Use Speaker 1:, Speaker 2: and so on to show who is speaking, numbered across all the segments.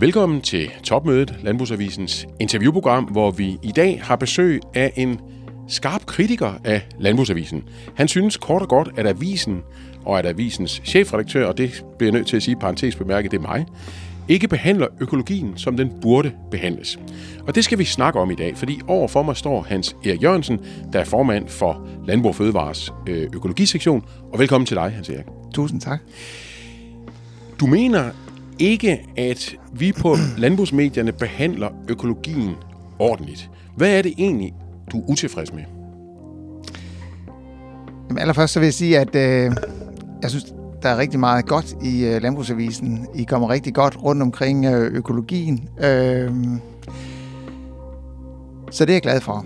Speaker 1: Velkommen til Topmødet, Landbrugsavisens interviewprogram, hvor vi i dag har besøg af en skarp kritiker af Landbrugsavisen. Han synes kort og godt, at avisen og at avisens chefredaktør, og det bliver jeg nødt til at sige parentes bemærket, det er mig, ikke behandler økologien, som den burde behandles. Og det skal vi snakke om i dag, fordi overfor mig står Hans Erik Jørgensen, der er formand for Landbrug og Fødevares økologisektion. Og velkommen til dig, Hans Erik.
Speaker 2: Tusind tak.
Speaker 1: Du mener ikke, at vi på landbrugsmedierne behandler økologien ordentligt. Hvad er det egentlig, du er utilfreds med?
Speaker 2: Jamen, allerførst så vil jeg sige, at jeg synes, der er rigtig meget godt i Landbrugsavisen. I kommer rigtig godt rundt omkring økologien. Så det er jeg glad for.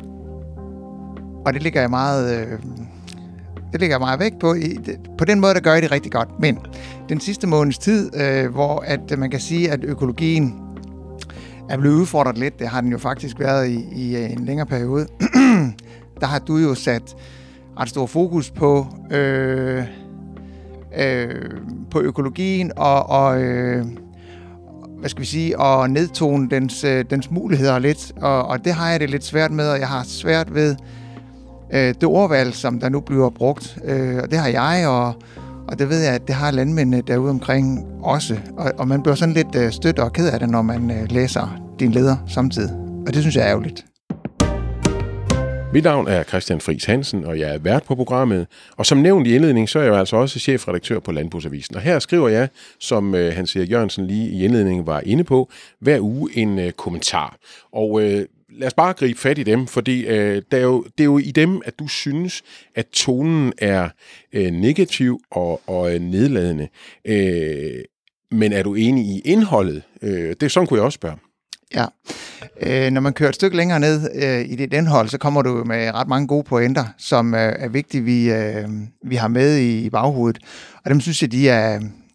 Speaker 2: Og det ligger jeg meget vægt på. På den måde, der gør jeg det rigtig godt. Men den sidste måneds tid, hvor at man kan sige, at økologien er blevet udfordret lidt, det har den jo faktisk været i en længere periode, der har du jo sat ret stor fokus på økologien og hvad skal vi sige, og nedtone dens muligheder lidt. Og det har jeg det lidt svært med, og jeg har svært ved det ordvalg, som der nu bliver brugt. Og det har jeg, og det ved jeg, at det har landmændene derude omkring også. Og man bliver sådan lidt stødt og ked af det, når man læser din leder samtidig. Og det synes jeg er ærgerligt.
Speaker 1: Mit navn er Christian Friis Hansen, og jeg er vært på programmet. Og som nævnt i indledningen, så er jeg jo altså også chefredaktør på Landbrugsavisen. Og her skriver jeg, som Hans Erik Jørgensen lige i indledningen var inde på, hver uge en kommentar. Og lad os bare gribe fat i dem, fordi det er jo i dem, at du synes, at tonen er negativ og nedladende. Men er du enig i indholdet? Sådan kunne jeg også spørge.
Speaker 2: Ja. Når man kører et stykke længere ned i dit indhold, så kommer du med ret mange gode pointer, som er vigtige, vi har med i baghovedet. Og dem synes jeg, de er,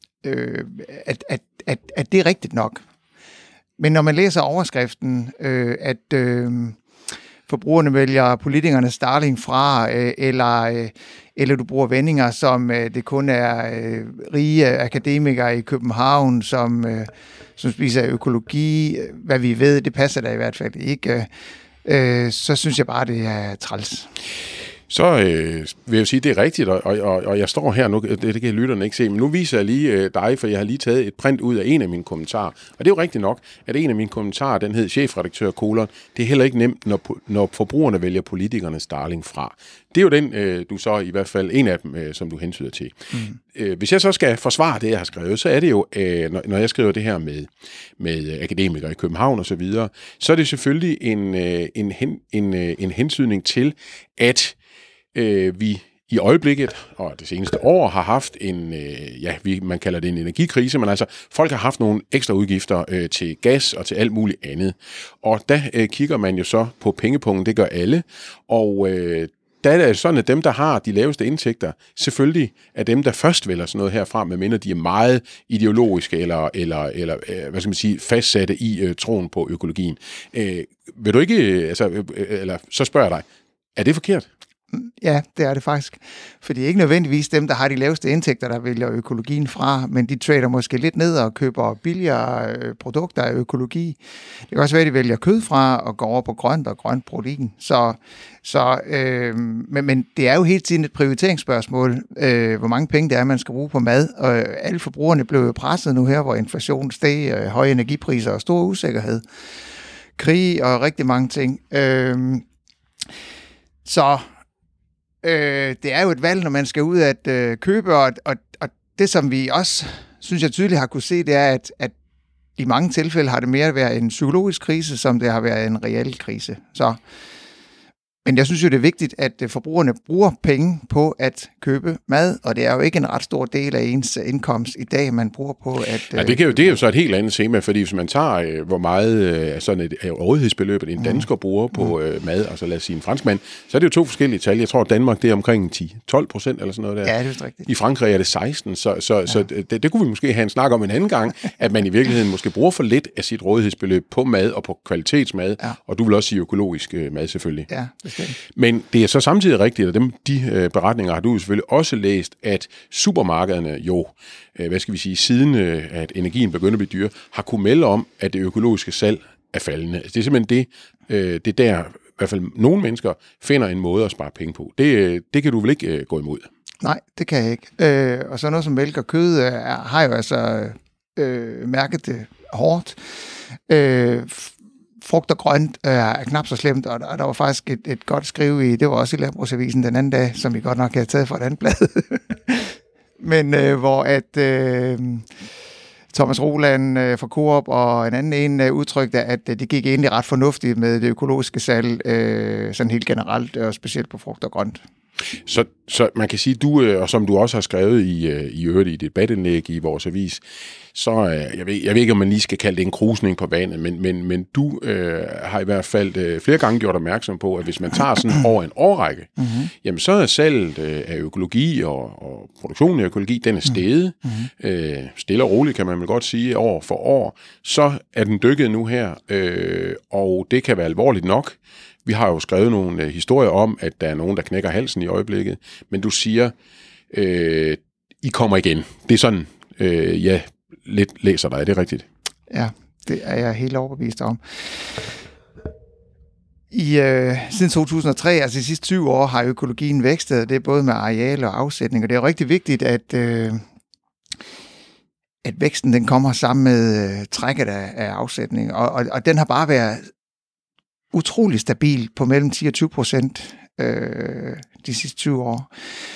Speaker 2: at det er rigtigt nok. Men når man læser overskriften, at forbrugerne vælger politikernes darling fra, eller du bruger vendinger, som det kun er rige akademikere i København, som spiser økologi, hvad vi ved, det passer da i hvert fald ikke, så synes jeg bare, det er træls.
Speaker 1: Så vil jeg sige, det er rigtigt, og jeg står her nu, det kan lytterne ikke se, men nu viser jeg lige dig, for jeg har lige taget et print ud af en af mine kommentarer. Og det er jo rigtigt nok, at en af mine kommentarer, den hed chefredaktør : det er heller ikke nemt, når forbrugerne vælger politikernes darling fra. Det er jo den, du så i hvert fald, en af dem, som du hentyder til. Hvis jeg så skal forsvare det, jeg har skrevet, så er det jo, når jeg skriver det her med akademikere i København og så videre, så er det selvfølgelig en hentydning til, at vi i øjeblikket og det seneste år har haft man kalder det en energikrise, men altså folk har haft nogle ekstra udgifter til gas og til alt muligt andet. Og der kigger man jo så på pengepunkten, det gør alle, og der er det sådan, at dem, der har de laveste indtægter, selvfølgelig er dem, der først vælger sådan noget herfra, medmindre de er meget ideologiske eller hvad skal man sige, fastsatte i troen på økologien. Vil du ikke, eller så spørger jeg dig, er det forkert?
Speaker 2: Ja, det er det faktisk. For det er ikke nødvendigvis dem, der har de laveste indtægter, der vælger økologien fra, men de trader måske lidt ned og køber billigere produkter af økologi. Det kan også være, at de vælger kød fra og går over på grønt og grønt protein. Men det er jo hele tiden et prioriteringsspørgsmål, hvor mange penge det er, man skal bruge på mad. Og alle forbrugerne blev jo presset nu her, hvor inflationen steg, høje energipriser og stor usikkerhed, krig og rigtig mange ting. Det er jo et valg, når man skal ud at købe, og det, som vi også, synes jeg tydeligt har kunne se, det er, at i mange tilfælde har det mere været en psykologisk krise, som det har været en reel krise. Men jeg synes jo, det er vigtigt, at forbrugerne bruger penge på at købe mad, og det er jo ikke en ret stor del af ens indkomst i dag, man bruger på at...
Speaker 1: Ja, det er jo så et helt andet tema, fordi hvis man tager, hvor meget sådan et rådighedsbeløb, en dansker bruger på mad, altså lad os sige en franskmand, så er det jo to forskellige tal. Jeg tror, at Danmark det er omkring 10-12% eller sådan noget der.
Speaker 2: Ja, det er rigtigt.
Speaker 1: I Frankrig er det 16, så det kunne vi måske have en snak om en anden gang, at man i virkeligheden måske bruger for lidt af sit rådighedsbeløb på mad og på kvalitetsmad, og du vil også sige økologisk mad selvfølgelig.
Speaker 2: Ja, bestemt.
Speaker 1: Men det er så samtidig rigtigt, at de beretninger har du selvfølgelig også læst, at supermarkederne jo, siden at energien begyndte at blive dyr, har kunnet melde om, at det økologiske salg er faldende. Altså, det er simpelthen det der, i hvert fald nogle mennesker, finder en måde at spare penge på. Det kan du vel ikke gå imod?
Speaker 2: Nej, det kan jeg ikke. Og så noget som mælk og kød har jo altså mærket det hårdt. Frugt og grønt er knap så slemt, og der var faktisk et godt skriv i, det var også i Landbrugsavisen den anden dag, som vi godt nok havde taget fra et andet blad. Men hvor at Thomas Roland fra Coop og en anden udtrykte, at det gik egentlig ret fornuftigt med det økologiske salg, sådan helt generelt, og specielt på frugt og grønt.
Speaker 1: Så man kan sige, du, og som du også har skrevet i øvrigt i debatindlæg i vores avis, så jeg ved ikke, om man lige skal kalde det en krusning på vandet, men du har i hvert fald flere gange gjort opmærksom på, at hvis man tager sådan over en årrække, jamen så er salget af økologi og produktionen af økologi, den er steget. Stille og roligt, kan man vel godt sige, år for år. Så er den dykket nu her, og det kan være alvorligt nok. Vi har jo skrevet nogle historier om, at der er nogen, der knækker halsen i øjeblikket, men du siger, I kommer igen. Det er sådan, jeg lidt læser dig. Er det rigtigt?
Speaker 2: Ja, det er jeg helt overbevist om. Siden 2003, altså de sidste 20 år, har økologien vækstet. Det er både med areal og afsætning, og det er rigtig vigtigt, at væksten den kommer sammen med trækket af afsætning, og den har bare været utrolig stabil på mellem 10 og 20% de sidste 20 år.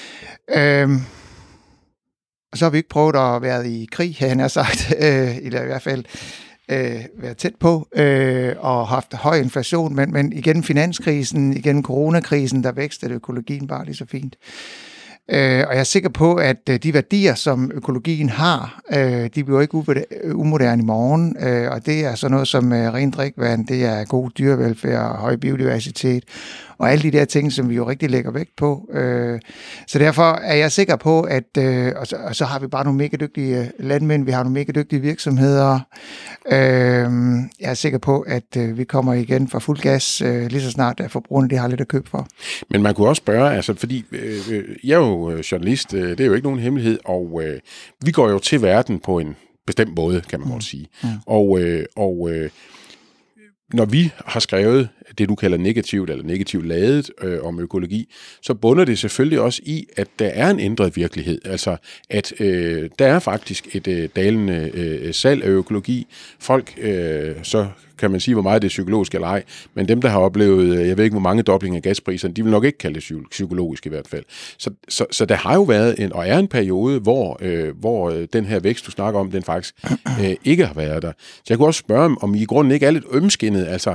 Speaker 2: Og så har vi ikke prøvet at være i krig, har jeg sagt, eller i hvert fald været tæt på, og haft høj inflation, men igen finanskrisen, igen coronakrisen, der vækstede økologien bare lige så fint. Og jeg er sikker på, at de værdier, som økologien har, de bliver ikke umoderne i morgen, og det er sådan noget som rent drikkevand, det er god dyrevelfærd, høj biodiversitet, og alle de der ting, som vi jo rigtig lægger vægt på. Så derfor er jeg sikker på, at og så har vi bare nogle mega dygtige landmænd, vi har nogle mega dygtige virksomheder. Jeg er sikker på, at vi kommer igen for fuld gas, lige så snart at forbrugerne de har lidt at købe for. Men
Speaker 1: man kunne også spørge, altså fordi jeg er jo journalist, det er jo ikke nogen hemmelighed, og vi går jo til verden på en bestemt måde, kan man godt sige. Og når vi har skrevet det, du kalder negativt eller negativt ladet om økologi, så bunder det selvfølgelig også i, at der er en ændret virkelighed. Altså, at der er faktisk et dalende salg af økologi. Folk, så kan man sige, hvor meget det er psykologisk eller ej, men dem, der har oplevet, jeg ved ikke, hvor mange doblinger af gaspriserne, de vil nok ikke kalde det psykologisk i hvert fald. Så der har jo været og er en periode, hvor den her vækst, du snakker om, den faktisk ikke har været der. Så jeg kunne også spørge, om I i grunden ikke er lidt ømskindet, altså,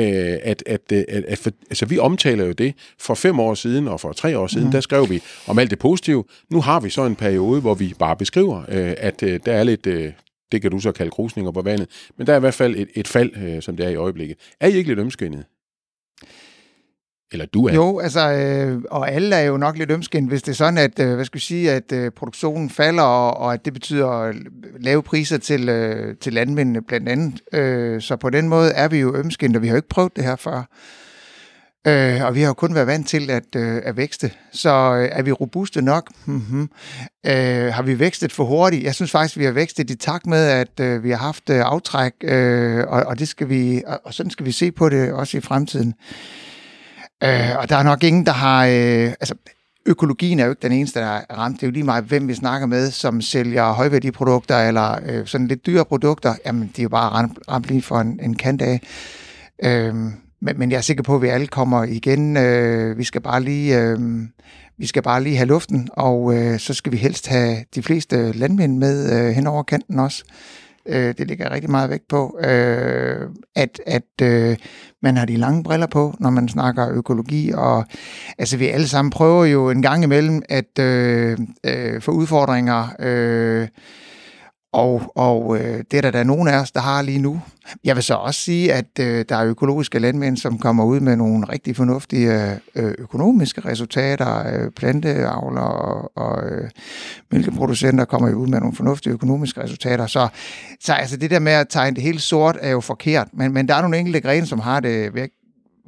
Speaker 1: altså vi omtaler jo det for 5 år siden og for 3 år siden, der skrev vi om alt det positive. Nu har vi så en periode, hvor vi bare beskriver, at der er lidt... det kan du så kalde krusninger på vandet, men der er i hvert fald et fald, som det er i øjeblikket. Er I ikke lidt ømskindet? Eller du er?
Speaker 2: Jo, altså, og alle er jo nok lidt ømskindet, hvis det er sådan, at, at produktionen falder, og at det betyder lave priser til landmændene blandt andet. Så på den måde er vi jo ømskindet, og vi har jo ikke prøvet det her før. Og vi har jo kun været vant til at vækste. Så er vi robuste nok? Har vi vækstet for hurtigt? Jeg synes faktisk, vi har vækstet i takt med, at vi har haft aftræk, og det skal vi, og sådan skal vi se på det også i fremtiden. Og der er nok ingen, der har... økologien er jo ikke den eneste, der er ramt. Det er jo lige meget, hvem vi snakker med, som sælger højværdiprodukter eller sådan lidt dyre produkter. Jamen, de er jo bare ramt lige for en kant af. Men jeg er sikker på, at vi alle kommer igen. Vi skal bare lige have luften, og så skal vi helst have de fleste landmænd med hen over kanten også. Det ligger jeg rigtig meget vægt på, at man har de lange briller på, når man snakker økologi, og altså vi alle sammen prøver jo en gang imellem at få udfordringer, og det er der nogen af os, der har lige nu. Jeg vil så også sige, at der er økologiske landmænd, som kommer ud med nogle rigtig fornuftige økonomiske resultater. Planteavlere og mælkeproducenter kommer jo ud med nogle fornuftige økonomiske resultater. Så altså det der med at tegne det hele sort er jo forkert, men der er nogle enkelte grene, som har det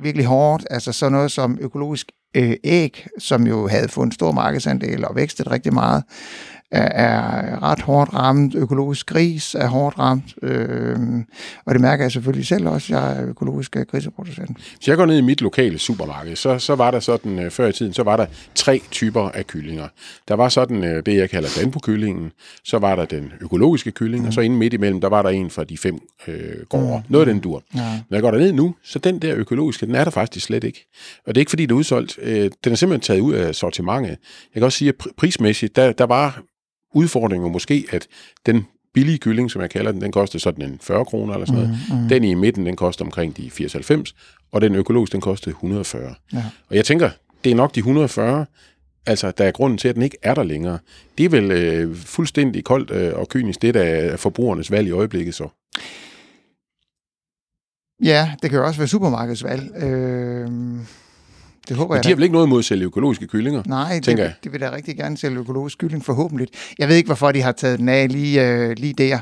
Speaker 2: virkelig hårdt. Altså sådan noget som økologisk æg, som jo havde fået en stor markedsandel og vækstet rigtig meget, er ret hårdt ramt. Økologisk gris er hårdt ramt, og det mærker jeg selvfølgelig selv også. Jeg er økologisk griseproducent.
Speaker 1: Hvis jeg går ned i mit lokale supermarked, så var der sådan, før i tiden, så var der 3 typer af kyllinger. Der var sådan det, jeg kalder Danpo-kyllingen, så var der den økologiske kylling, og så inde midt imellem, der var der en fra de 5 gårde. Noget af den dur. Ja. Når jeg går derned nu, så den der økologiske, den er der faktisk slet ikke. Og det er ikke, fordi det er udsolgt. Den er simpelthen taget ud af sortimentet. Jeg kan også sige, at prismæssigt, der var udfordringen måske, at den billige kylling, som jeg kalder den koster sådan en 40 kroner eller sådan noget. Den i midten, den koster omkring de 80-90, og den økologiske, den kostede 140. Ja. Og jeg tænker, det er nok de 140, altså der er grunden til, at den ikke er der længere. Det er vel fuldstændig koldt og kynisk, det der er forbrugernes valg i øjeblikket så.
Speaker 2: Ja, det kan jo også være supermarkedsvalg. Det håber jeg.
Speaker 1: De har vel ikke noget imod at sælge økologiske kyllinger?
Speaker 2: Nej, det vil da rigtig gerne sælge økologisk kylling, forhåbentlig. Jeg ved ikke, hvorfor de har taget den af lige der,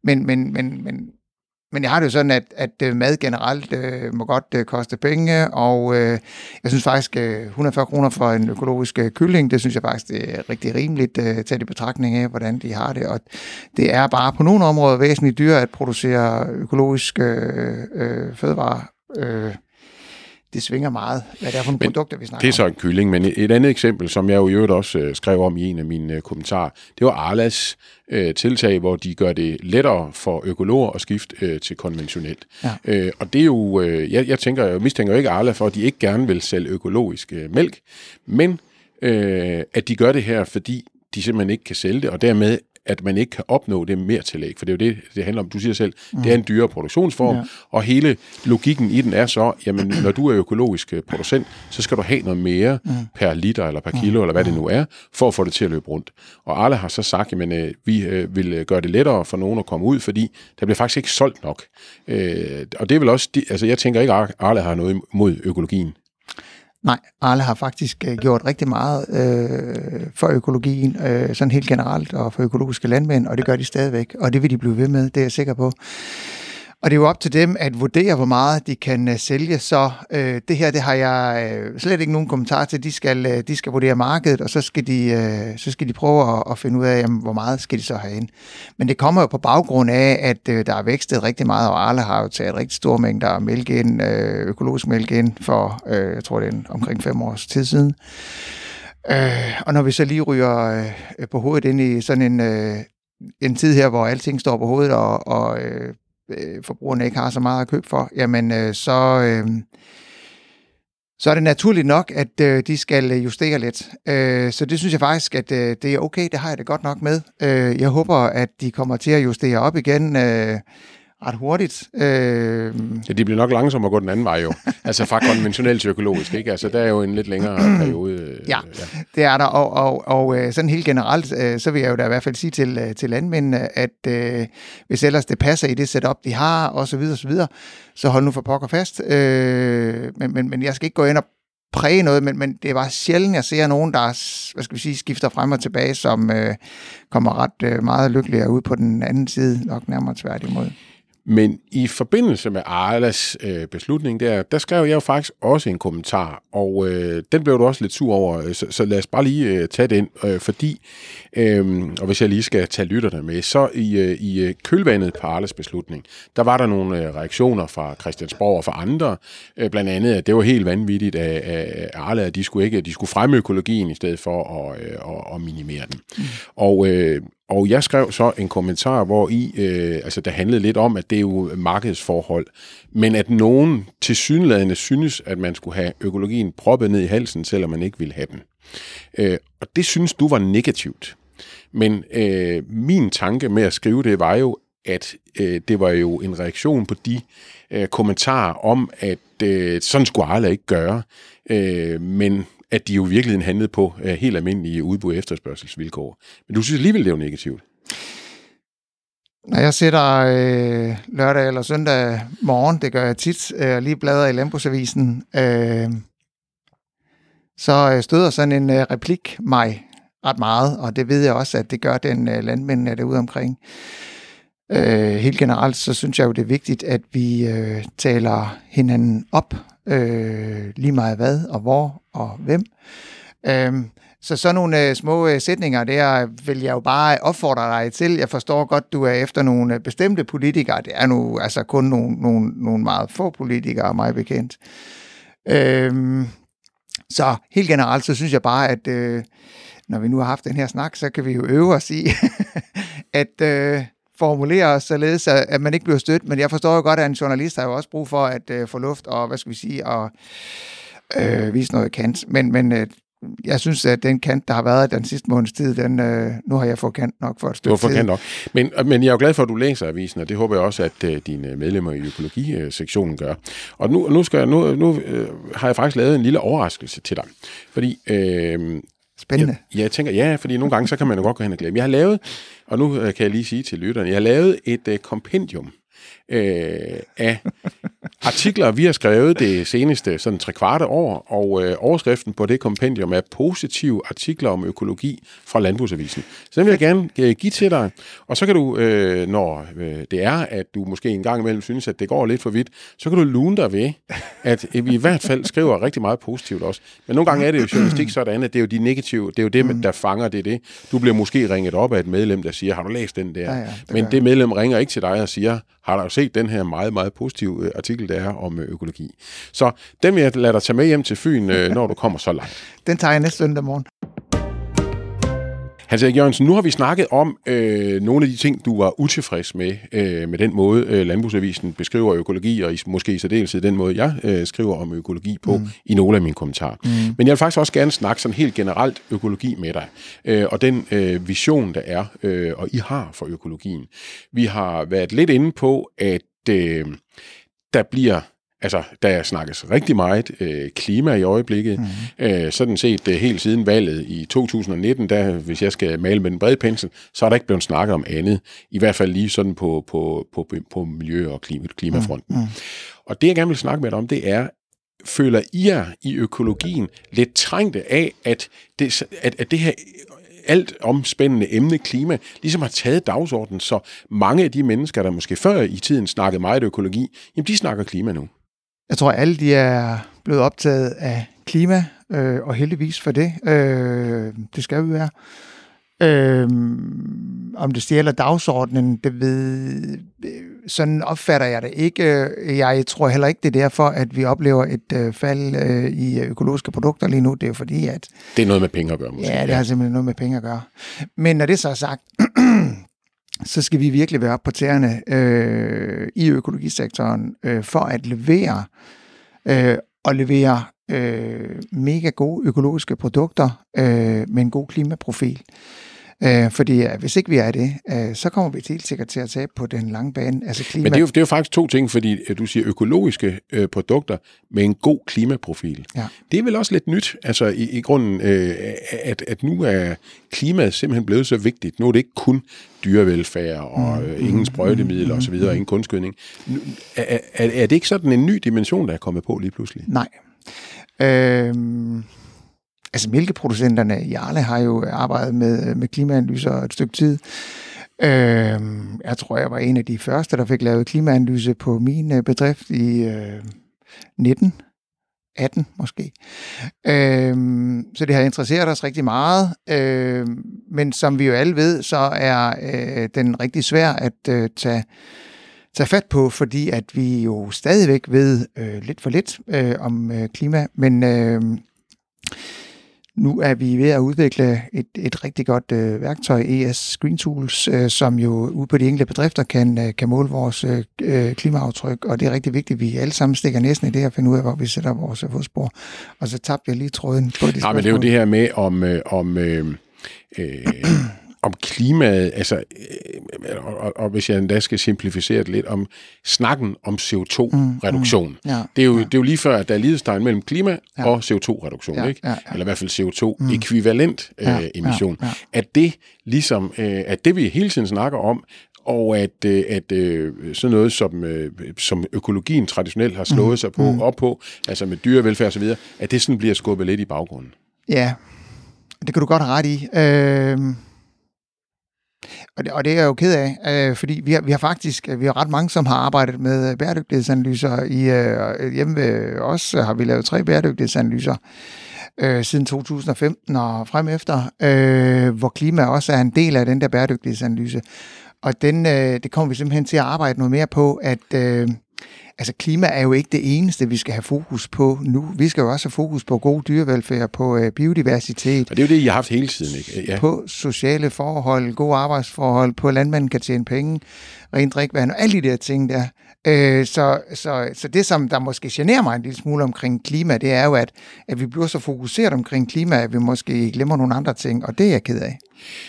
Speaker 2: men jeg har det jo sådan, at mad generelt må godt koste penge, og jeg synes faktisk, 140 kroner for en økologisk kylling, det synes jeg faktisk, det er rigtig rimeligt taget i betragtning af, hvordan de har det, og det er bare på nogle områder væsentligt dyrt at producere økologiske fødevarer. Det svinger meget, hvad det er for nogle produkter, vi snakker om.
Speaker 1: Det er så en kylling, men et andet eksempel, som jeg jo i øvrigt også skrev om i en af mine kommentarer, det var Arlas tiltag, hvor de gør det lettere for økologer at skifte til konventionelt. Ja. Og det er jo, jeg mistænker jo ikke Arla for, at de ikke gerne vil sælge økologisk mælk, men at de gør det her, fordi de simpelthen ikke kan sælge det, og dermed at man ikke kan opnå det mere tillæg, for det er jo det handler om. Du siger selv, det er en dyre produktionsform, og hele logikken i den er så, jamen, når du er økologisk producent, så skal du have noget mere per liter eller per kilo, eller hvad det nu er, for at få det til at løbe rundt. Og Arla har så sagt, jamen, vi vil gøre det lettere for nogen at komme ud, fordi der bliver faktisk ikke solgt nok. Og det er vel også, altså jeg tænker ikke, at Arla har noget imod økologien.
Speaker 2: Nej, Arla har faktisk gjort rigtig meget for økologien, sådan helt generelt, og for økologiske landmænd, og det gør de stadigvæk, og det vil de blive ved med, det er jeg sikker på. Og det er jo op til dem at vurdere, hvor meget de kan sælge, så det her, det har jeg slet ikke nogen kommentar til. De skal vurdere markedet, og så skal de prøve at finde ud af, jamen, hvor meget skal de så have ind. Men det kommer jo på baggrund af, at der er vækstet rigtig meget, og Arla har jo taget rigtig store mængder mælk ind, økologisk mælk ind for, jeg tror det er omkring 5 års tid siden. Og når vi så lige ryger på hovedet ind i sådan en tid her, hvor alting står på hovedet, og forbrugerne ikke har så meget at købe for, jamen så er det naturligt nok, at de skal justere lidt. Så det synes jeg faktisk, at det er okay, det har jeg det godt nok med. Jeg håber, at de kommer til at justere op igen ret hurtigt.
Speaker 1: Ja, de bliver nok langsomt at gå den anden vej jo. Altså fra konventionelt til økologisk, ikke? Altså der er jo en lidt længere periode.
Speaker 2: Ja, det er der, og sådan helt generelt, så vil jeg jo da i hvert fald sige til landmændene, at hvis ellers det passer i det setup, de har, og så videre, så hold nu for pokker fast. Men jeg skal ikke gå ind og præge noget, men det er bare sjældent, jeg ser nogen, der skifter frem og tilbage, som kommer ret meget lykkeligere ud på den anden side, nok nærmere tværtimod.
Speaker 1: Men i forbindelse med Arlas beslutning der skrev jeg jo faktisk også en kommentar, og den blev du også lidt sur over, så lad os bare lige tage den, fordi, og hvis jeg lige skal tage lytterne med, så i kølvandet på Arlas beslutning, der var der nogle reaktioner fra Christiansborg og fra andre, blandt andet, at det var helt vanvittigt af Arla, at de skulle fremme økologien i stedet for at minimere den. Og jeg skrev så en kommentar, hvor der handlede lidt om, at det er jo markedsforhold, men at nogen tilsyneladende synes, at man skulle have økologien proppet ned i halsen, selvom man ikke ville have den. Og det synes du var negativt. Men min tanke med at skrive det var jo, at det var jo en reaktion på de kommentarer om, at sådan skulle Arla ikke gøre, men at de jo i virkeligheden handlede på helt almindelige udbud- og efterspørgselsvilkår. Men du synes alligevel, det er jo negativt.
Speaker 2: Når jeg sætter lørdag eller søndag morgen, det gør jeg tit, lige bladrer i Landbrugsavisen, så støder sådan en replik mig ret meget, og det ved jeg også, at det gør den landmændene derude omkring. Helt generelt, så synes jeg jo, det er vigtigt, at vi taler hinanden op, lige meget hvad og hvor og hvem. Så sådan nogle små sætninger, der vil jeg jo bare opfordre dig til. Jeg forstår godt, du er efter nogle bestemte politikere. Det er nu altså kun nogle meget få politikere, mig bekendt. Så helt generelt, så synes jeg bare, at når vi nu har haft den her snak, så kan vi jo øve os i at formulere os således, at man ikke bliver stødt. Men jeg forstår jo godt, at en journalist har jo også brug for at få luft og, hvad skal vi sige, og vise noget kant. Men jeg synes, at den kant, der har været den sidste måneds tid, nu har jeg fået kant nok for et stykke tid.
Speaker 1: Du har fået kant nok. Men jeg er jo glad for, at du læser avisen, og det håber jeg også, at dine medlemmer i økologisektionen gør. Og nu har jeg faktisk lavet en lille overraskelse til dig. Fordi
Speaker 2: spændende.
Speaker 1: Jeg tænker, fordi nogle gange, så kan man jo godt gå hen og glemme. Jeg har lavet, og nu kan jeg lige sige til lytterne, jeg har lavet et kompendium af artikler, vi har skrevet det seneste sådan 3/4 år, og overskriften på det kompendium er positive artikler om økologi fra Landbrugsavisen. Så den vil jeg gerne give til dig, og så kan du, når det er, at du måske en gang imellem synes, at det går lidt for vidt, så kan du lune dig ved, at vi i hvert fald skriver rigtig meget positivt også. Men nogle gange er det jo journalistik sådan, at det er jo de negative, det er jo det, der fanger det. Du bliver måske ringet op af et medlem, der siger, har du læst den der? Ja, men det medlem ringer ikke til dig og siger, har du set den her meget, meget positive artikel, der er om økologi. Så den vil jeg lade dig tage med hjem til Fyn, når du kommer så langt.
Speaker 2: Den tager jeg næste søndag morgen.
Speaker 1: Hans Erik Jørgensen, nu har vi snakket om nogle af de ting, du var utilfreds med den måde, Landbrugsavisen beskriver økologi, og måske i særdeleshed den måde, jeg skriver om økologi på i nogle af mine kommentarer. Men jeg vil faktisk også gerne snakke sådan helt generelt økologi med dig, og den vision, der er, og I har for økologien. Vi har været lidt inde på, at der snakkes rigtig meget klima i øjeblikket. Sådan set helt siden valget i 2019, der, hvis jeg skal male med den brede pensel, så er der ikke blevet snakket om andet. I hvert fald lige sådan på miljø- og klimafronten. Og det, jeg gerne vil snakke med dig om, det er, føler I jer i økologien lidt trængte af, at det her alt omspændende emne klima ligesom har taget dagsordenen, så mange af de mennesker, der måske før i tiden snakkede meget økologi, jamen de snakker klima nu.
Speaker 2: Jeg tror, alle de er blevet optaget af klima, og heldigvis for det. Det skal vi være. Om det stjæler dagsordenen, sådan opfatter jeg det ikke. Jeg tror heller ikke, det er derfor, at vi oplever et fald i økologiske produkter lige nu. Det er jo fordi, at
Speaker 1: det er noget med penge at gøre, måske.
Speaker 2: Ja, det har simpelthen noget med penge at gøre. Men når det så er sagt, så skal vi virkelig være op på tæerne i økologisektoren for at levere mega gode økologiske produkter med en god klimaprofil. Fordi hvis ikke vi er det, så kommer vi helt sikkert til at tabe på den lange bane. Altså klima.
Speaker 1: Men det er jo faktisk to ting, fordi du siger økologiske produkter med en god klimaprofil. Ja. Det er vel også lidt nyt, altså i grunden, at nu er klimaet simpelthen blevet så vigtigt. Nu er det ikke kun dyrevelfærd og ingen sprøjtemidler osv., og ingen kunstgødning. Er det ikke sådan en ny dimension, der er kommet på lige pludselig?
Speaker 2: Nej. Altså mælkeproducenterne i Arle har jo arbejdet med klimaanalyser et stykke tid. Jeg tror, jeg var en af de første, der fik lavet klimaanalyse på min bedrift i 18 måske. Så det har interesseret os rigtig meget. Men som vi jo alle ved, så er den rigtig svær at tage fat på, fordi at vi jo stadigvæk ved lidt for lidt om klima. Men nu er vi ved at udvikle et rigtig godt værktøj, ES Green Tools, som jo ude på de enkelte bedrifter kan måle vores klimaaftryk, og det er rigtig vigtigt, at vi alle sammen stikker næsen i det og finder ud af, hvor vi sætter vores fodspor. Og så tabte jeg lige tråden på det.
Speaker 1: Nej, men det er jo det her med om klimaet, altså, og hvis jeg endda skal simplificere det lidt, om snakken om CO2-reduktion. Ja, det er jo lige før, at der er lighedstegn mellem klima og CO2-reduktion, ikke? Ja. Eller i hvert fald CO2-ekvivalent emission. Ja. At det ligesom, at det vi hele tiden snakker om, og at sådan noget, som økologien traditionelt har slået sig op på, altså med dyrevelfærd og så videre, at det sådan bliver skubbet lidt i baggrunden.
Speaker 2: Ja, det kan du godt have ret i. Og det er jeg jo ked af, fordi vi har ret mange, som har arbejdet med bæredygtighedsanalyser. Hjemme ved os har vi lavet 3 bæredygtighedsanalyser siden 2015 og frem efter, hvor klima også er en del af den der bæredygtighedsanalyse. Og det kommer vi simpelthen til at arbejde noget mere på, at klima er jo ikke det eneste, vi skal have fokus på nu. Vi skal jo også have fokus på god dyrevelfærd, på biodiversitet.
Speaker 1: Og det er jo det, I har haft hele tiden, ikke? Ja.
Speaker 2: På sociale forhold, gode arbejdsforhold, på at landmanden kan tjene penge, rent drikkevand og alle de der ting der. Så det, som der måske generer mig en lille smule omkring klima, det er jo, at vi bliver så fokuseret omkring klima, at vi måske glemmer nogle andre ting, og det er jeg ked af.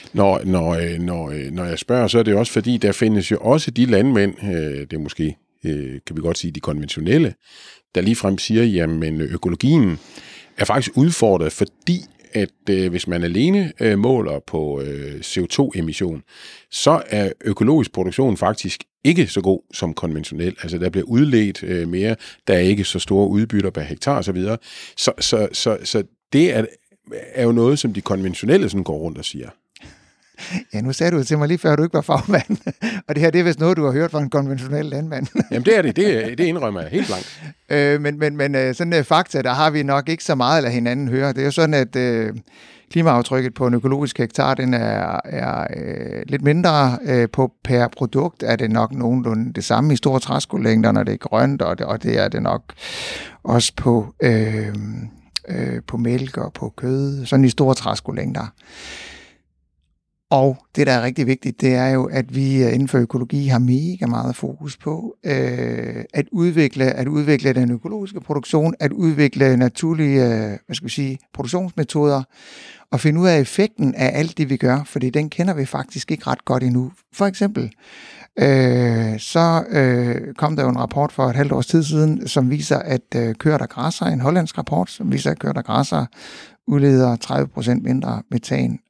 Speaker 1: Når jeg spørger, så er det også fordi, der findes jo også de landmænd, det er måske, kan vi godt sige, de konventionelle, der ligefrem siger, jamen økologien er faktisk udfordret, fordi at hvis man alene måler på CO2-emission, så er økologisk produktion faktisk ikke så god som konventionel. Altså der bliver udledt mere, der er ikke så store udbytter per hektar osv. Så det er jo noget, som de konventionelle sådan går rundt og siger.
Speaker 2: Ja, nu sagde du til mig lige før, at du ikke var fagmand. Og det her, det er vist noget, du har hørt fra en konventionel landmand.
Speaker 1: Jamen det er det. Det indrømmer jeg helt blankt.
Speaker 2: Men sådan fakta, der har vi nok ikke så meget at lade hinanden høre. Det er jo sådan, at klimaaftrykket på en økologisk hektar, den er lidt mindre. På per produkt er det nok nogenlunde det samme i store træskolængder, når det er grønt, og det er det nok også på mælk og på kød, sådan i store træskolængder. Og det, der er rigtig vigtigt, det er jo, at vi inden for økologi har mega meget fokus på at udvikle den økologiske produktion, at udvikle naturlige produktionsmetoder, og finde ud af effekten af alt det, vi gør, fordi den kender vi faktisk ikke ret godt endnu. For eksempel, så kom der jo en rapport for et halvt års tid siden, som viser, at køer, der græsser, en hollandsk rapport, som viser, at køer, der græsser, udleder 30% mindre metan.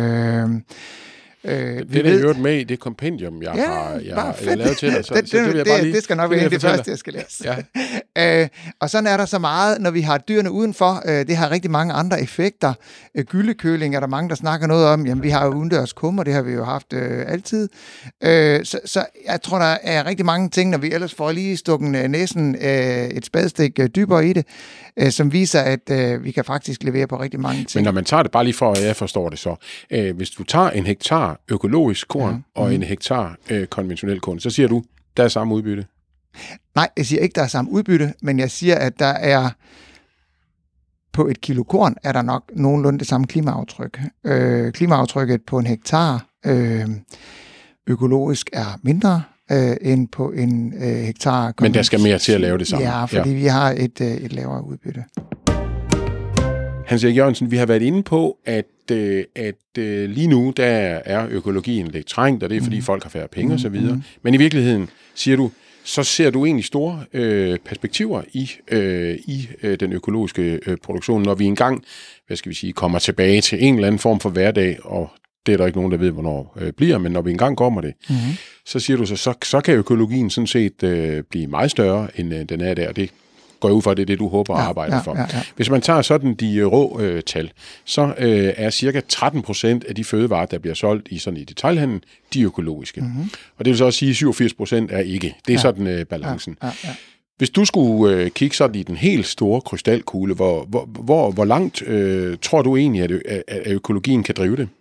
Speaker 1: Det er jo med i det kompendium, jeg har lavet til dig. Så det vil jeg bare lige,
Speaker 2: det skal nok være det første, jeg skal læse. Ja. Og sådan er der så meget, når vi har dyrene udenfor. Det har rigtig mange andre effekter. Gyldekøling er der mange, der snakker noget om. Jamen, vi har jo udendørs kummer, det har vi jo haft altid. Så jeg tror, der er rigtig mange ting, når vi ellers får lige stukket næsen et spadestik dybere i det, som viser, at vi kan faktisk levere på rigtig mange ting.
Speaker 1: Men når man tager det, bare lige for, at jeg forstår det så, hvis du tager en hektar økologisk korn og en hektar konventionel korn, så siger du, der er samme udbytte?
Speaker 2: Nej, jeg siger ikke, der er samme udbytte, men jeg siger, at der er på et kilo korn, er der nok nogenlunde det samme klimaaftryk. Klimaaftrykket på en hektar økologisk er mindre end på en hektar.
Speaker 1: Men der skal mere til at lave det samme.
Speaker 2: Ja, fordi vi har et lavere udbytte.
Speaker 1: Hans Erik Jørgensen, vi har været inde på, at lige nu, der er økologien lidt trængt, og det er fordi folk har færre penge osv. Men i virkeligheden, siger du, så ser du egentlig store perspektiver i den økologiske produktion, når vi engang, kommer tilbage til en eller anden form for hverdag, og det er der ikke nogen, der ved, hvornår bliver, men når vi engang kommer det, så siger du så kan økologien sådan set blive meget større, end den er der, og det går ud fra, det er det, du håber at arbejde for. Ja. Hvis man tager sådan de rå tal, så er cirka 13% af de fødevarer, der bliver solgt i detailhandlen, de økologiske. Og det vil så også sige, at 87% er ikke. Det er sådan balancen. Ja. Hvis du skulle kigge sådan i den helt store krystalkugle, hvor langt tror du egentlig, at økologien kan drive det?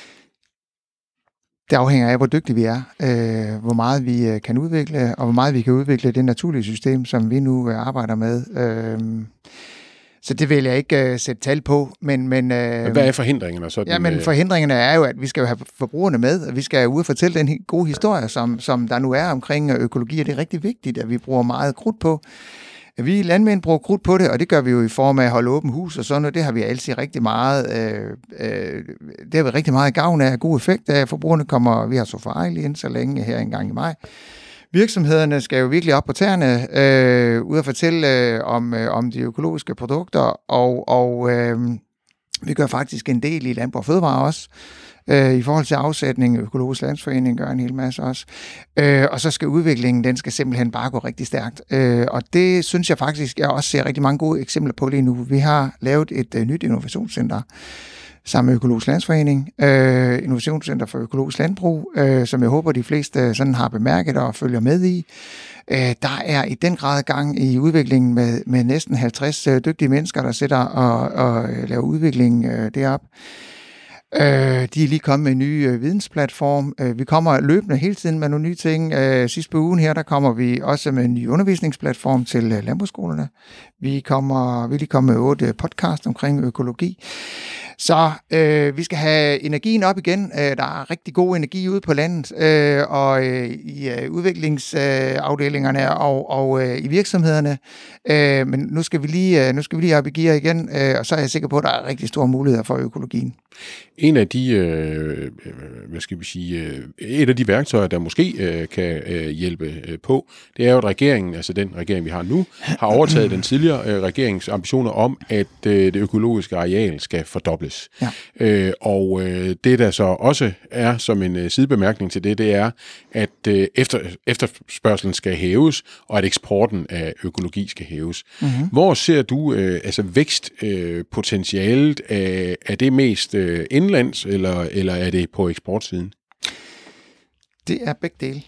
Speaker 2: Det afhænger af, hvor dygtige vi er, hvor meget vi kan udvikle, og hvor meget vi kan udvikle det naturlige system, som vi nu arbejder med. Så det vil jeg ikke sætte tal på, men hvad
Speaker 1: er forhindringerne? Sådan,
Speaker 2: forhindringerne er jo, at vi skal have forbrugerne med, og vi skal ud og fortælle den gode historie, som der nu er omkring økologi, og det er rigtig vigtigt, at vi bruger meget krudt på. Vi landmænd bruger krudt på det, og det gør vi jo i form af at holde åben hus og sådan noget. Det har vi altid rigtig meget, det har vi rigtig meget gavn af, god effekt af. Forbrugerne kommer, vi har Sofaejl ind så længe her en gang i maj. Virksomhederne skal jo virkelig op på tæerne, ud og fortælle om de økologiske produkter, og vi gør faktisk en del i Landbrug og Fødevare også. I forhold til afsætning, Økologisk Landsforening gør en hel masse også. Og så skal udviklingen, den skal simpelthen bare gå rigtig stærkt. Og det synes jeg faktisk, jeg også ser rigtig mange gode eksempler på lige nu. Vi har lavet et nyt innovationscenter, sammen med Økologisk Landsforening, Innovationscenter for Økologisk Landbrug, som jeg håber, de fleste sådan har bemærket og følger med i. Der er i den grad gang i udviklingen med næsten 50 dygtige mennesker, der sidder og laver udvikling deroppe. De er lige kommet med en ny vidensplatform. Vi kommer løbende hele tiden med nogle nye ting. Sidst på ugen her, der kommer vi også med en ny undervisningsplatform til landbrugsskolerne. Vi er lige kommet med 8 podcast omkring økologi. Så vi skal have energien op igen. Der er rigtig god energi ude på landet, og i udviklingsafdelingerne og i virksomhederne. Men nu skal vi lige op i gear igen, og så er jeg sikker på, at der er rigtig store muligheder for økologien.
Speaker 1: En af de, et af de værktøjer, der måske kan hjælpe på, det er jo, at regeringen, altså den regering, vi har nu, har overtaget den tidligere regerings ambitioner om, at det økologiske areal skal fordobles. Ja. Og det, der så også er som en sidebemærkning til det er, at efterspørgselen skal hæves, og at eksporten af økologi skal hæves. Mm-hmm. Hvor ser du vækstpotentialet? Er det mest indlands, eller er det på eksportsiden?
Speaker 2: Det er begge dele.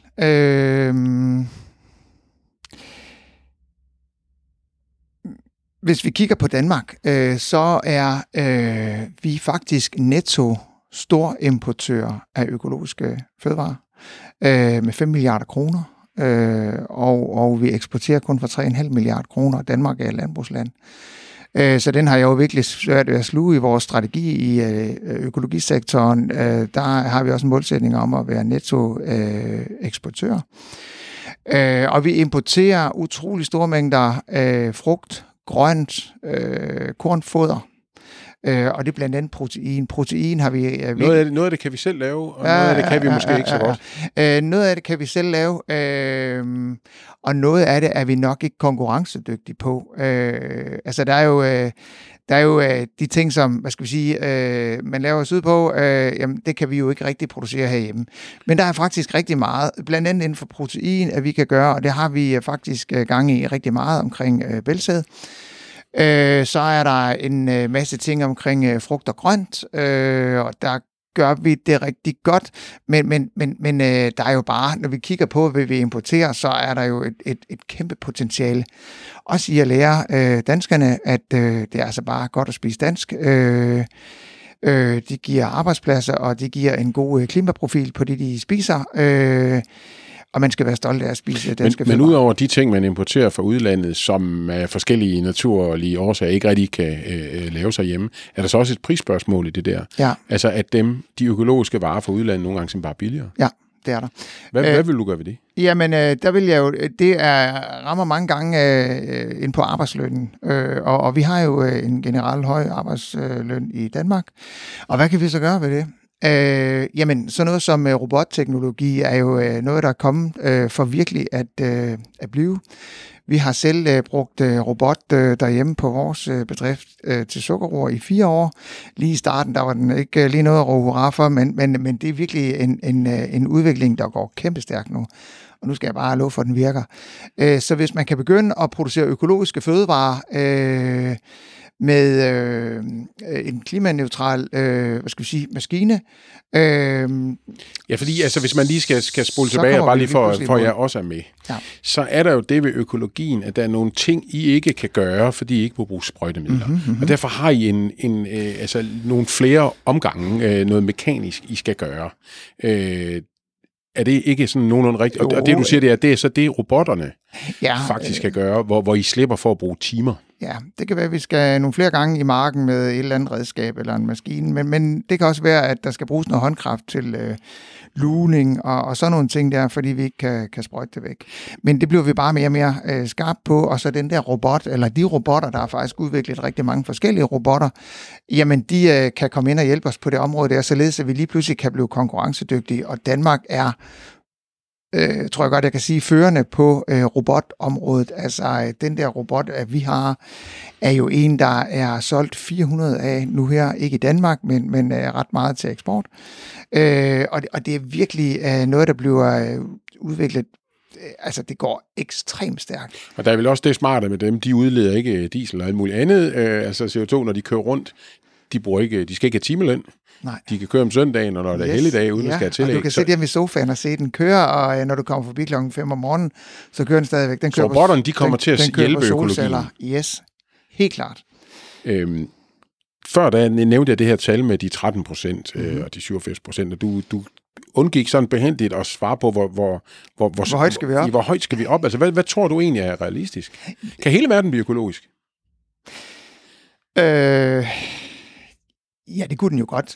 Speaker 2: Hvis vi kigger på Danmark, så er vi faktisk netto stor importør af økologiske fødevarer med 5 milliarder kroner, og vi eksporterer kun for 3,5 milliarder kroner. Danmark er et landbrugsland. Så den har jeg jo virkelig svært ved at sluge i vores strategi i økologisektoren. Der har vi også en målsætning om at være netto eksportør. Og vi importerer utrolig store mængder frugt, grønt, kornfoder. Og det er blandt andet protein. Protein har vi...
Speaker 1: Noget af det kan vi selv lave, og noget af det kan vi måske ikke så godt.
Speaker 2: Noget af det kan vi selv lave, og noget af det er vi nok ikke konkurrencedygtige på. Altså, der er jo de ting, som, man laver os ud på, jamen, det kan vi jo ikke rigtig producere herhjemme. Men der er faktisk rigtig meget, blandt andet inden for protein, at vi kan gøre, og det har vi faktisk gang i rigtig meget omkring bælgsæd. Så er der en masse ting omkring frugt og grønt, og der gør vi det rigtig godt, men der er jo bare, når vi kigger på, hvad vi importerer, så er der jo et kæmpe potentiale. Også i at lære danskerne, at det er altså bare godt at spise dansk. Det giver arbejdspladser, og det giver en god klimaprofil på det, de spiser. Og man skal være stolt af at spise danske fødevarer.
Speaker 1: Men udover de ting, man importerer fra udlandet, som af forskellige naturlige årsager ikke rigtig kan lave sig hjemme, er der så også et prisspørgsmål i det der?
Speaker 2: Ja.
Speaker 1: Altså at de økologiske varer fra udlandet nogle gange simpelthen bare billigere?
Speaker 2: Ja, det er der.
Speaker 1: Hvad vil du gøre ved det?
Speaker 2: Jamen, der vil jeg jo... Det rammer mange gange ind på arbejdslønnen. Og vi har jo en generelt høj arbejdsløn i Danmark. Og hvad kan vi så gøre ved det? Jamen, sådan noget som robotteknologi er jo noget, der er kommet for virkelig at blive. Vi har selv brugt robot derhjemme på vores bedrift til sukkerroer i 4 år. Lige i starten, der var den ikke lige noget at råbe hurra for, men det er virkelig en udvikling, der går kæmpe stærkt nu. Og nu skal jeg bare love for, at den virker. Så hvis man kan begynde at producere økologiske fødevarer med en klimaneutral maskine.
Speaker 1: Ja, fordi altså, hvis man lige skal spole tilbage, og bare lige for at jeg også er med, ja. Så er der jo det ved økologien, at der er nogle ting, I ikke kan gøre, fordi I ikke må bruge sprøjtemidler. Mm-hmm. Og derfor har I nogle flere omgange, noget mekanisk, I skal gøre. Er det ikke sådan nogenlunde rigtigt? Og det, du siger, det er så det, robotterne faktisk skal gøre, hvor I slipper for at bruge timer.
Speaker 2: Ja, det kan være, at vi skal nogle flere gange i marken med et eller andet redskab eller en maskine, men det kan også være, at der skal bruges noget håndkraft til lugning og sådan nogle ting der, fordi vi ikke kan sprøjte det væk. Men det bliver vi bare mere og mere skarp på, og så den der robot, eller de robotter, der er faktisk udviklet rigtig mange forskellige robotter, jamen de kan komme ind og hjælpe os på det område der, således at vi lige pludselig kan blive konkurrencedygtige, og Danmark er tror jeg godt, jeg kan sige, førende på robotområdet. Altså, den der robot, vi har, er jo en, der er solgt 400 af nu her, ikke i Danmark, men ret meget til eksport. Og det er virkelig noget, der bliver udviklet. Altså, det går ekstremt stærkt.
Speaker 1: Og der er vel også det smarte med dem, de udleder ikke diesel og alt muligt andet, altså CO2, når de kører rundt. de skal ikke have timeløn.
Speaker 2: Nej.
Speaker 1: De kan køre om søndagen, og når det er helligdag, uden at skal have tillæg.
Speaker 2: Og du kan sidde hjemme i sofaen og se den køre, og når du kommer forbi klokken 5 om morgenen, så kører den stadigvæk. Den kører
Speaker 1: så robotterne, de kommer til at hjælpe økologien.
Speaker 2: Yes, helt klart.
Speaker 1: Før da nævnte jeg det her tal med de 13% og de 87%, og du undgik sådan behændigt at svare på, hvor
Speaker 2: højt skal vi op?
Speaker 1: Hvor højt skal vi op? Altså, hvad tror du egentlig er realistisk? Kan hele verden blive økologisk?
Speaker 2: Ja, det kunne den jo godt,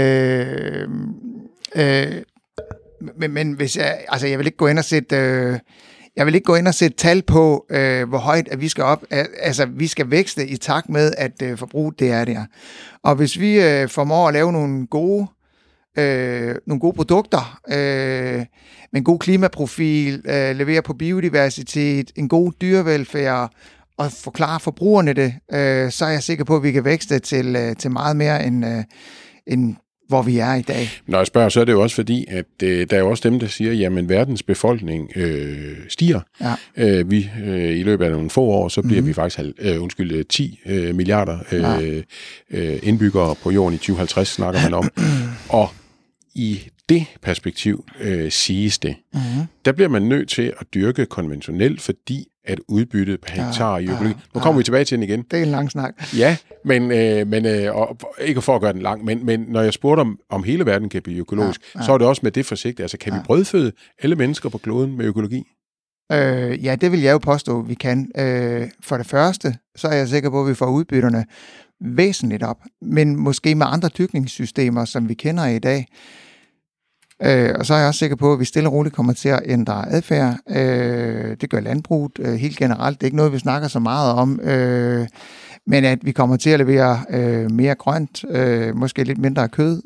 Speaker 2: men hvis jeg vil ikke gå ind og sætte... Jeg vil ikke gå ind og sætte tal på, hvor højt at vi skal op. Altså, vi skal vækste i takt med, at forbruget det er der. Og hvis vi formår at lave nogle gode produkter, med en god klimaprofil, levere på biodiversitet, en god dyrevelfærd, og forklare forbrugerne det, så er jeg sikker på, at vi kan vækste til meget mere end hvor vi er i dag.
Speaker 1: Når jeg spørger, så er det jo også fordi, at der er jo også dem, der siger, jamen verdens befolkning stiger. Ja. I løbet af nogle få år, så bliver vi faktisk 10 milliarder indbyggere på jorden i 2050, snakker man om. Og i det perspektiv siges det. Der bliver man nødt til at dyrke konventionelt, fordi at udbytte per hektar i økologi. Nu kommer vi tilbage til den igen.
Speaker 2: Det er en lang snak.
Speaker 1: Ja, men ikke for at gøre den lang, men når jeg spurgte om hele verden kan blive økologisk, så er det også med det forsigt. Altså, kan vi brødføde alle mennesker på kloden med økologi?
Speaker 2: Ja, det vil jeg jo påstå, vi kan. For det første, så er jeg sikker på, at vi får udbytterne væsentligt op, men måske med andre dyrkningssystemer, som vi kender i dag. Og så er jeg også sikker på, at vi stille og roligt kommer til at ændre adfærd. Det gør landbruget helt generelt. Det er ikke noget, vi snakker så meget om. Men at vi kommer til at levere mere grønt, måske lidt mindre kød.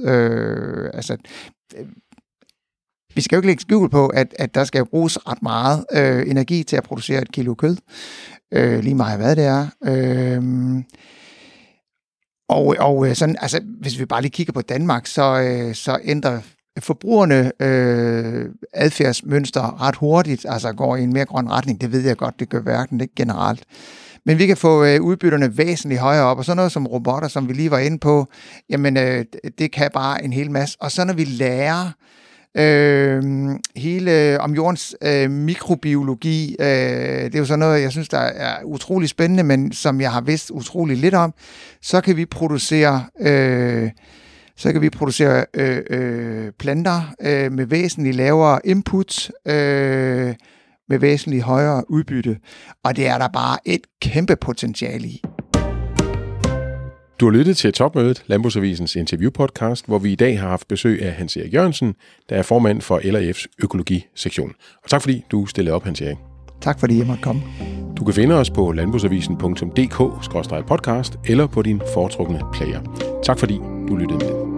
Speaker 2: Vi skal jo ikke lægge skjul på, at der skal bruges ret meget energi til at producere et kilo kød. Lige meget hvad det er. Og sådan, altså, hvis vi bare lige kigger på Danmark, så ændrer forbrugerne adfærdsmønster ret hurtigt, altså går i en mere grøn retning. Det ved jeg godt, det gør verden ikke generelt. Men vi kan få udbytterne væsentligt højere op, og sådan noget som robotter, som vi lige var inde på, jamen det kan bare en hel masse. Og så når vi lærer hele om jordens mikrobiologi, det er jo sådan noget, jeg synes, der er utrolig spændende, men som jeg har vidst utrolig lidt om, så kan vi producere planter med væsentligt lavere input, med væsentligt højere udbytte. Og det er der bare et kæmpe potentiale i.
Speaker 1: Du har lyttet til Topmødet, Landbrugsavisens interviewpodcast, hvor vi i dag har haft besøg af Hans Erik Jørgensen, der er formand for LRF's økologisektion. Og tak fordi du stillede op, Hans Erik.
Speaker 2: Tak fordi jeg måtte komme.
Speaker 1: Du kan finde os på landbrugsavisen.dk/podcast eller på din foretrukne player. Tak fordi du lyttede med.